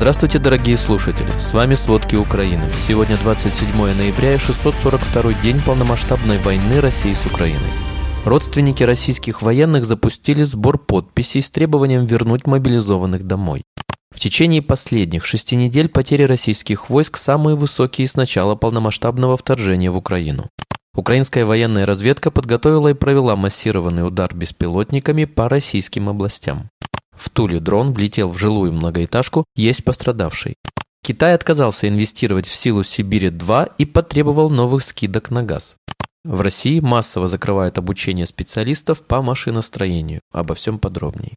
Здравствуйте, дорогие слушатели! С вами «Сводки Украины». Сегодня 27 ноября и 642-й день полномасштабной войны России с Украиной. Родственники российских военных запустили сбор подписей с требованием вернуть мобилизованных домой. В течение последних 6 недель потери российских войск самые высокие с начала полномасштабного вторжения в Украину. Украинская военная разведка подготовила и провела массированный удар беспилотниками по российским областям. В Туле дрон влетел в жилую многоэтажку, есть пострадавший. Китай отказался инвестировать в силу Сибири-2 и потребовал новых скидок на газ. В России массово закрывают обучение специалистов по машиностроению. Обо всем подробнее.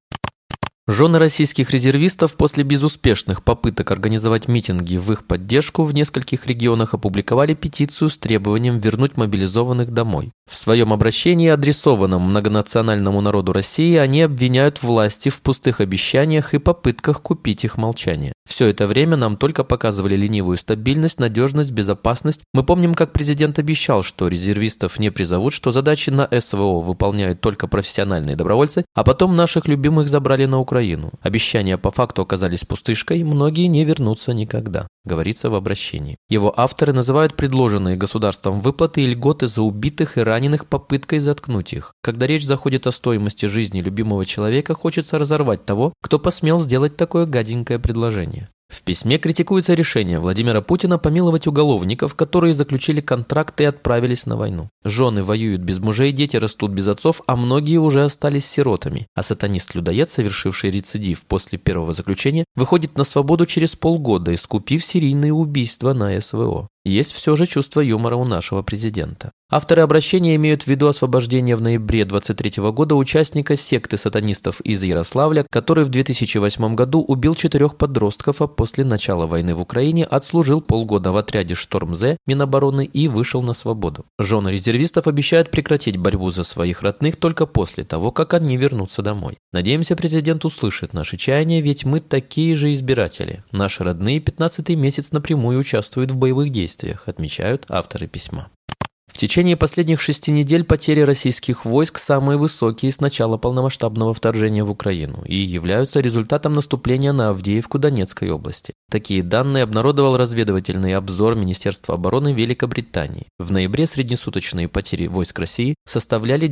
Жены российских резервистов после безуспешных попыток организовать митинги в их поддержку в нескольких регионах опубликовали петицию с требованием вернуть мобилизованных домой. В своем обращении, адресованном многонациональному народу России, они обвиняют власти в пустых обещаниях и попытках купить их молчание. Все это время нам только показывали ленивую стабильность, надежность, безопасность. Мы помним, как президент обещал, что резервистов не призовут, что задачи на СВО выполняют только профессиональные добровольцы, а потом наших любимых забрали на Украину. Обещания по факту оказались пустышкой, многие не вернутся никогда, говорится в обращении. Его авторы называют предложенные государством выплаты и льготы за убитых и раненых попыткой заткнуть их. Когда речь заходит о стоимости жизни любимого человека, хочется разорвать того, кто посмел сделать такое гаденькое предложение. В письме критикуется решение Владимира Путина помиловать уголовников, которые заключили контракт и отправились на войну. Жены воюют без мужей, дети растут без отцов, а многие уже остались сиротами. А сатанист-людоед, совершивший рецидив после первого заключения, выходит на свободу через полгода, искупив серийные убийства на СВО. Есть все же чувство юмора у нашего президента. Авторы обращения имеют в виду освобождение в ноябре 2023 года участника секты сатанистов из Ярославля, который в 2008 году убил 4 подростков, а после начала войны в Украине отслужил полгода в отряде «Шторм-З» Минобороны и вышел на свободу. Жены резервистов обещают прекратить борьбу за своих родных только после того, как они вернутся домой. Надеемся, президент услышит наши чаяния, ведь мы такие же избиратели. Наши родные 15-й месяц напрямую участвуют в боевых действиях, отмечают авторы письма. В течение последних 6 недель потери российских войск самые высокие с начала полномасштабного вторжения в Украину и являются результатом наступления на Авдеевку Донецкой области. Такие данные обнародовал разведывательный обзор Министерства обороны Великобритании. В ноябре среднесуточные потери войск России составляли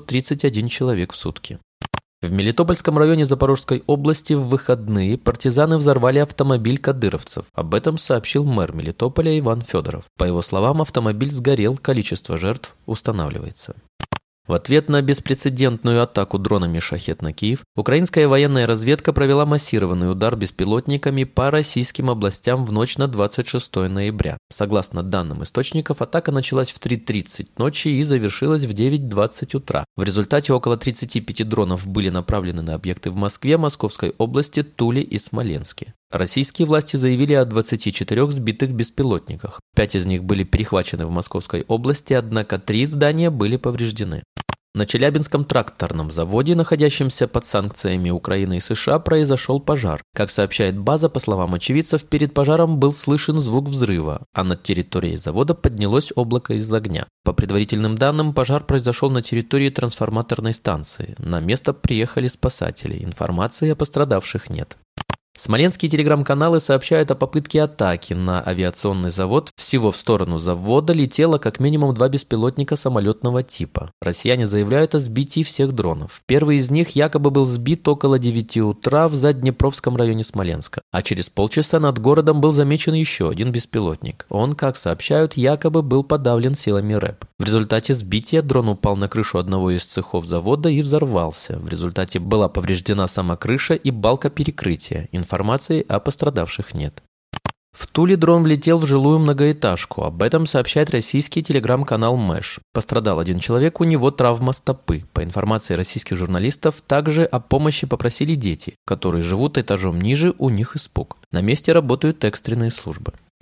931 человек в сутки. В Мелитопольском районе Запорожской области в выходные партизаны взорвали автомобиль кадыровцев. Об этом сообщил мэр Мелитополя Иван Федоров. По его словам, автомобиль сгорел, количество жертв устанавливается. В ответ на беспрецедентную атаку дронами «Шахед» на Киев, украинская военная разведка провела массированный удар беспилотниками по российским областям в ночь на 26 ноября. Согласно данным источников, атака началась в 3:30 ночи и завершилась в 9:20 утра. В результате около 35 дронов были направлены на объекты в Москве, Московской области, Туле и Смоленске. Российские власти заявили о 24 сбитых беспилотниках. 5 из них были перехвачены в Московской области, однако 3 здания были повреждены. На Челябинском тракторном заводе, находящемся под санкциями Украины и США, произошел пожар. Как сообщает база, по словам очевидцев, перед пожаром был слышен звук взрыва, а над территорией завода поднялось облако из огня. По предварительным данным, пожар произошел на территории трансформаторной станции. На место приехали спасатели. Информации о пострадавших нет. Смоленские телеграм-каналы сообщают о попытке атаки на авиационный завод. Всего в сторону завода летело как минимум 2 беспилотника самолетного типа. Россияне заявляют о сбитии всех дронов. Первый из них якобы был сбит около 9 утра в Заднепровском районе Смоленска. А через полчаса над городом был замечен еще один беспилотник. Он, как сообщают, якобы был подавлен силами РЭБ. В результате сбития дрон упал на крышу одного из цехов завода и взорвался. В результате была повреждена сама крыша и балка перекрытия. Информации о пострадавших нет. В Туле дрон влетел в жилую многоэтажку. Об этом сообщает российский телеграм-канал Мэш. Пострадал один человек, у него травма стопы. По информации российских журналистов, также о помощи попросили дети, которые живут этажом ниже, у них испуг. На месте работают экстренные службы.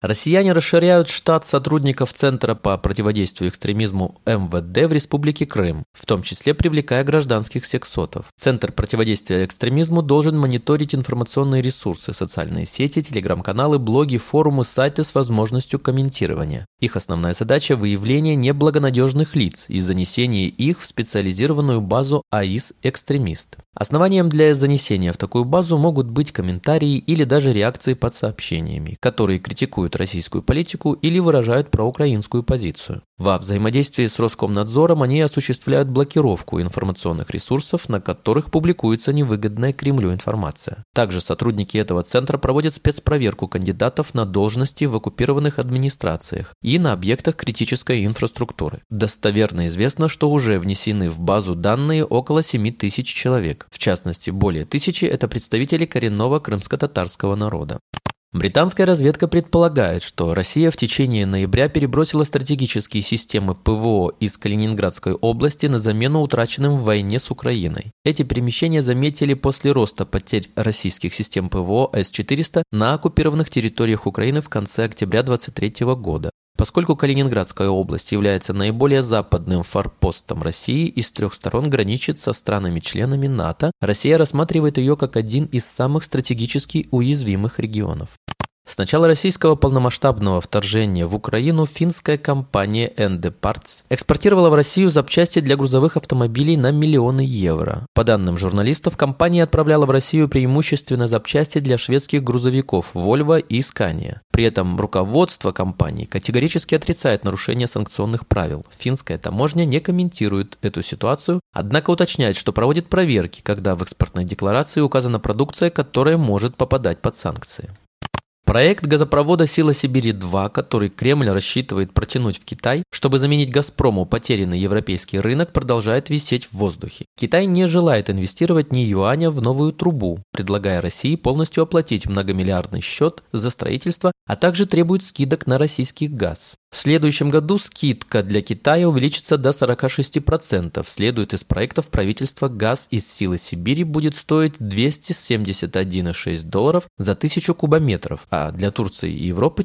Россияне расширяют штат сотрудников Центра по противодействию экстремизму МВД в Республике Крым, в том числе привлекая гражданских сексотов. Центр противодействия экстремизму должен мониторить информационные ресурсы, социальные сети, телеграм-каналы, блоги, форумы, сайты с возможностью комментирования. Их основная задача – выявление неблагонадежных лиц и занесение их в специализированную базу АИС-экстремист. Основанием для занесения в такую базу могут быть комментарии или даже реакции под сообщениями, которые критикуют российскую политику или выражают проукраинскую позицию. Во взаимодействии с Роскомнадзором они осуществляют блокировку информационных ресурсов, на которых публикуется невыгодная Кремлю информация. Также сотрудники этого центра проводят спецпроверку кандидатов на должности в оккупированных администрациях и на объектах критической инфраструктуры. Достоверно известно, что уже внесены в базу данные около 7 тысяч человек. В частности, более 1000 – это представители коренного крымско-татарского народа. Британская разведка предполагает, что Россия в течение ноября перебросила стратегические системы ПВО из Калининградской области на замену утраченным в войне с Украиной. Эти перемещения заметили после роста потерь российских систем ПВО С-400 на оккупированных территориях Украины в конце октября 2023 года. Поскольку Калининградская область является наиболее западным форпостом России и с 3 сторон граничит со странами-членами НАТО, Россия рассматривает ее как один из самых стратегически уязвимых регионов. С начала российского полномасштабного вторжения в Украину финская компания ND Parts экспортировала в Россию запчасти для грузовых автомобилей на миллионы евро. По данным журналистов, компания отправляла в Россию преимущественно запчасти для шведских грузовиков Volvo и Scania. При этом руководство компании категорически отрицает нарушение санкционных правил. Финская таможня не комментирует эту ситуацию, однако уточняет, что проводит проверки, когда в экспортной декларации указана продукция, которая может попадать под санкции. Проект газопровода «Сила Сибири-2», который Кремль рассчитывает протянуть в Китай, чтобы заменить «Газпрому» потерянный европейский рынок, продолжает висеть в воздухе. Китай не желает инвестировать ни юаня в новую трубу, предлагая России полностью оплатить многомиллиардный счет за строительство, а также требует скидок на российский газ. В следующем году скидка для Китая увеличится до 46%. Следует из проектов правительства, газ из «Силы Сибири» будет стоить $271,6 за 1000 кубометров, а для Турции и Европы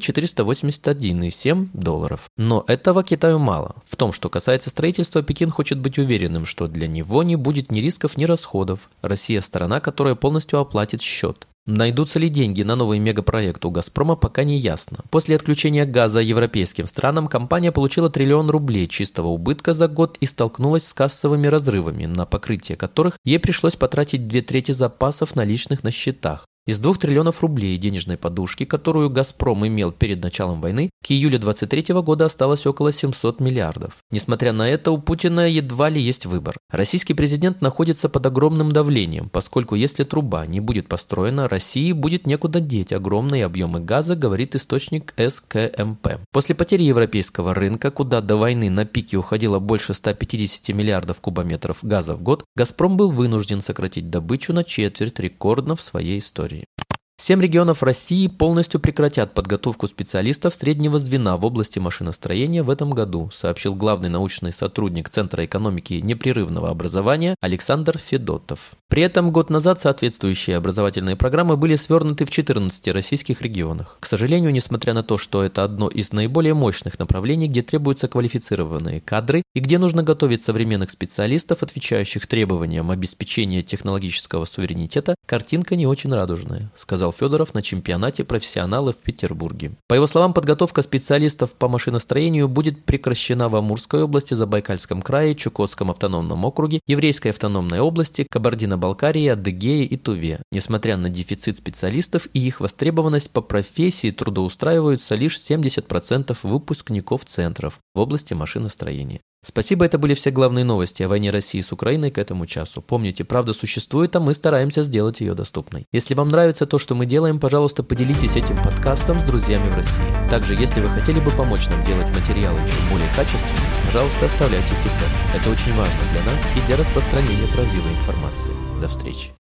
$481,7. Но этого Китаю мало. В том, что касается строительства, Пекин хочет быть уверенным, что для него не будет ни рисков, ни расходов. Россия – сторона, которая полностью оплатит счет. Найдутся ли деньги на новый мегапроект у «Газпрома» пока не ясно. После отключения газа европейским странам компания получила $1 триллион чистого убытка за год и столкнулась с кассовыми разрывами, на покрытие которых ей пришлось потратить 2/3 запасов наличных на счетах. Из 2 триллионов рублей денежной подушки, которую «Газпром» имел перед началом войны, к июлю 2023 года осталось около 700 миллиардов. Несмотря на это, у Путина едва ли есть выбор. Российский президент находится под огромным давлением, поскольку если труба не будет построена, России будет некуда деть огромные объемы газа, говорит источник СКМП. После потери европейского рынка, куда до войны на пике уходило больше 150 миллиардов кубометров газа в год, «Газпром» был вынужден сократить добычу на четверть, рекордно в своей истории. 7 регионов России полностью прекратят подготовку специалистов среднего звена в области машиностроения в этом году, сообщил главный научный сотрудник Центра экономики непрерывного образования Александр Федотов. При этом год назад соответствующие образовательные программы были свернуты в 14 российских регионах. К сожалению, несмотря на то, что это одно из наиболее мощных направлений, где требуются квалифицированные кадры и где нужно готовить современных специалистов, отвечающих требованиям обеспечения технологического суверенитета, картинка не очень радужная, сказал Федоров на чемпионате профессионалов в Петербурге. По его словам, подготовка специалистов по машиностроению будет прекращена в Амурской области, Забайкальском крае, Чукотском автономном округе, Еврейской автономной области, Кабардино-Балкарии, Адыгее и Туве. Несмотря на дефицит специалистов и их востребованность по профессии, трудоустраиваются лишь 70% выпускников центров в области машиностроения. Спасибо, это были все главные новости о войне России с Украиной к этому часу. Помните, правда существует, а мы стараемся сделать ее доступной. Если вам нравится то, что мы делаем, пожалуйста, поделитесь этим подкастом с друзьями в России. Также, если вы хотели бы помочь нам делать материалы еще более качественными, пожалуйста, оставляйте фидбэк. Это очень важно для нас и для распространения правдивой информации. До встречи.